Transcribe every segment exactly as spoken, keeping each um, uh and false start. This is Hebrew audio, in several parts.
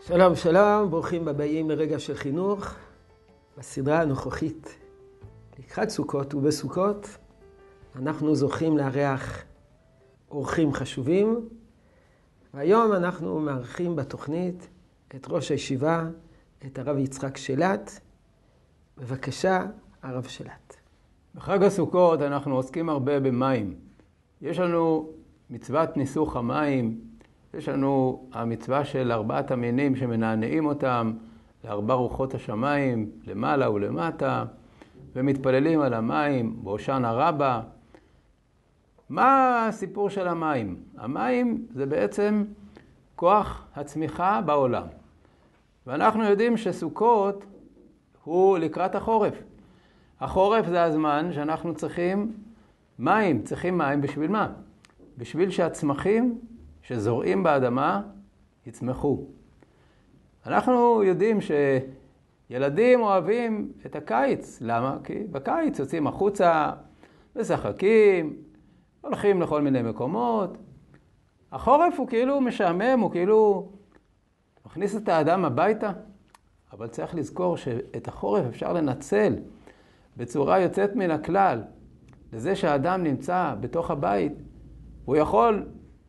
שלום שלום, ברוכים הבאים לרגע של חינוך. בסדרה הנוכחית לקראת סוכות ובסוכות אנחנו זוכים לארח אורחים חשובים, והיום אנחנו מארחים בתוכנית את ראש הישיבה, את הרב יצחק שלט. בבקשה, הרב שלט. בחג הסוכות אנחנו עוסקים הרבה במים. יש לנו מצוות ניסוך המים, יש לנו המצווה של ארבעת המינים שמנענעים אותם לארבע רוחות השמיים, למעלה ולמטה, ומתפללים על המים, בהושענא רבה. מה הסיפור של המים? המים זה בעצם כוח הצמיחה בעולם. ואנחנו יודעים שסוכות הוא לקראת החורף. החורף זה הזמן שאנחנו צריכים מים. צריכים מים בשביל מה? בשביל שהצמחים שזורעים באדמה יצמחו. אנחנו יודעים שילדים אוהבים את הקיץ. למה? כי בקיץ יוצאים החוצה, משחקים, הולכים לכל מיני מקומות. החורף הוא כאילו משעמם, הוא כאילו מכניס את האדם הביתה. אבל צריך לזכור שאת החורף אפשר לנצל בצורה יוצאת מן הכלל. לזה שהאדם נמצא בתוך הבית, הוא יכול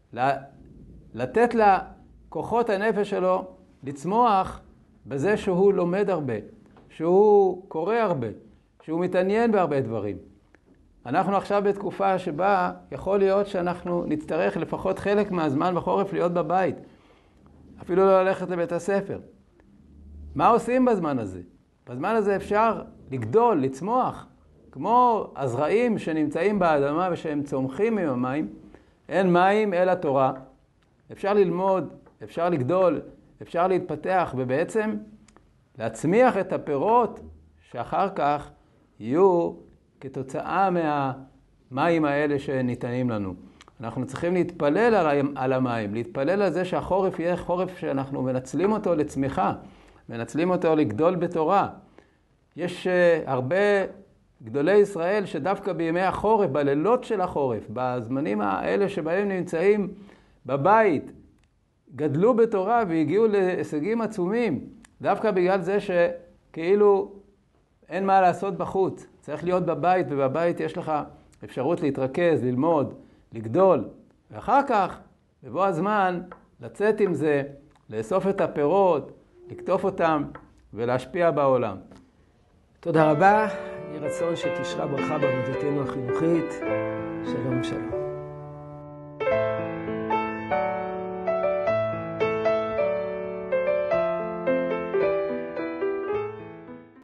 לתת לכוחות הנפש שלו לצמוח בזה שהוא לומד הרבה, שהוא קורא הרבה, שהוא מתעניין בהרבה דברים. אנחנו עכשיו בתקופה שבה יכול להיות שאנחנו נצטרך לפחות חלק מהזמן בחורף להיות בבית, אפילו לא ללכת לבית הספר. מה עושים בזמן הזה? בזמן הזה אפשר לגדול, לצמוח, כמו הזרעים שנמצאים באדמה ושהם צומחים עם המים. אין מים אלא תורה. אפשר ללמוד, אפשר לגדול, אפשר להתפתח, ובעצם להצמיח את הפירות שאחר כך יהיו כתוצאה מהמים האלה שניתנים לנו. אנחנו צריכים להתפלל על המים, להתפלל על זה שהחורף יהיה חורף שאנחנו מנצלים אותו לצמיחה, מנצלים אותו לגדול בתורה. יש הרבה גדולי ישראל שדווקא בימי החורף, בלילות של החורף, בזמנים האלה שבהם נמצאים בבית, גדלו בתורה והגיעו להישגים עצומים, דווקא בגלל זה שכאילו אין מה לעשות בחוץ. צריך להיות בבית, ובבית יש לך אפשרות להתרכז, ללמוד, לגדול, ואחר כך, בבוא הזמן, לצאת עם זה, לאסוף את הפירות, לקטוף אותם ולהשפיע בעולם. תודה רבה, יהי רצון שתשרה ברכה בעבודתנו החינוכית. שלום שלום.